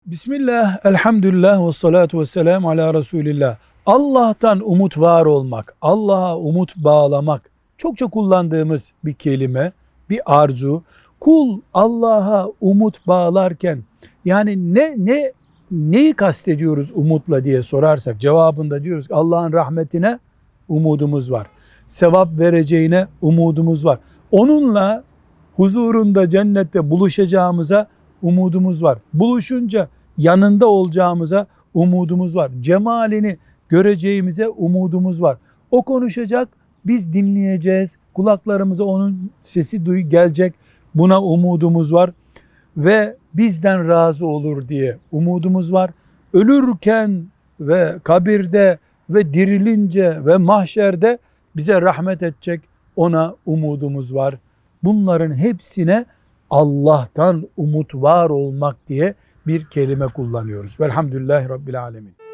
Bismillah, elhamdülillah ve salatu ve selamu ala Resulillah. Allah'tan umut var olmak, Allah'a umut bağlamak çokça kullandığımız bir kelime, bir arzu. Kul Allah'a umut bağlarken yani neyi kastediyoruz umutla diye sorarsak cevabında diyoruz ki Allah'ın rahmetine umudumuz var. Sevap vereceğine umudumuz var. Onunla huzurunda cennette buluşacağımıza umudumuz var. Buluşunca yanında olacağımıza umudumuz var. Cemalini göreceğimize umudumuz var. O konuşacak, biz dinleyeceğiz. Kulaklarımıza onun sesi gelecek. Buna umudumuz var. Ve bizden razı olur diye umudumuz var. Ölürken ve kabirde ve dirilince ve mahşerde bize rahmet edecek, ona umudumuz var. Bunların hepsine Allah'tan umut var olmak diye bir kelime kullanıyoruz. Velhamdülillahi Rabbil Alemin.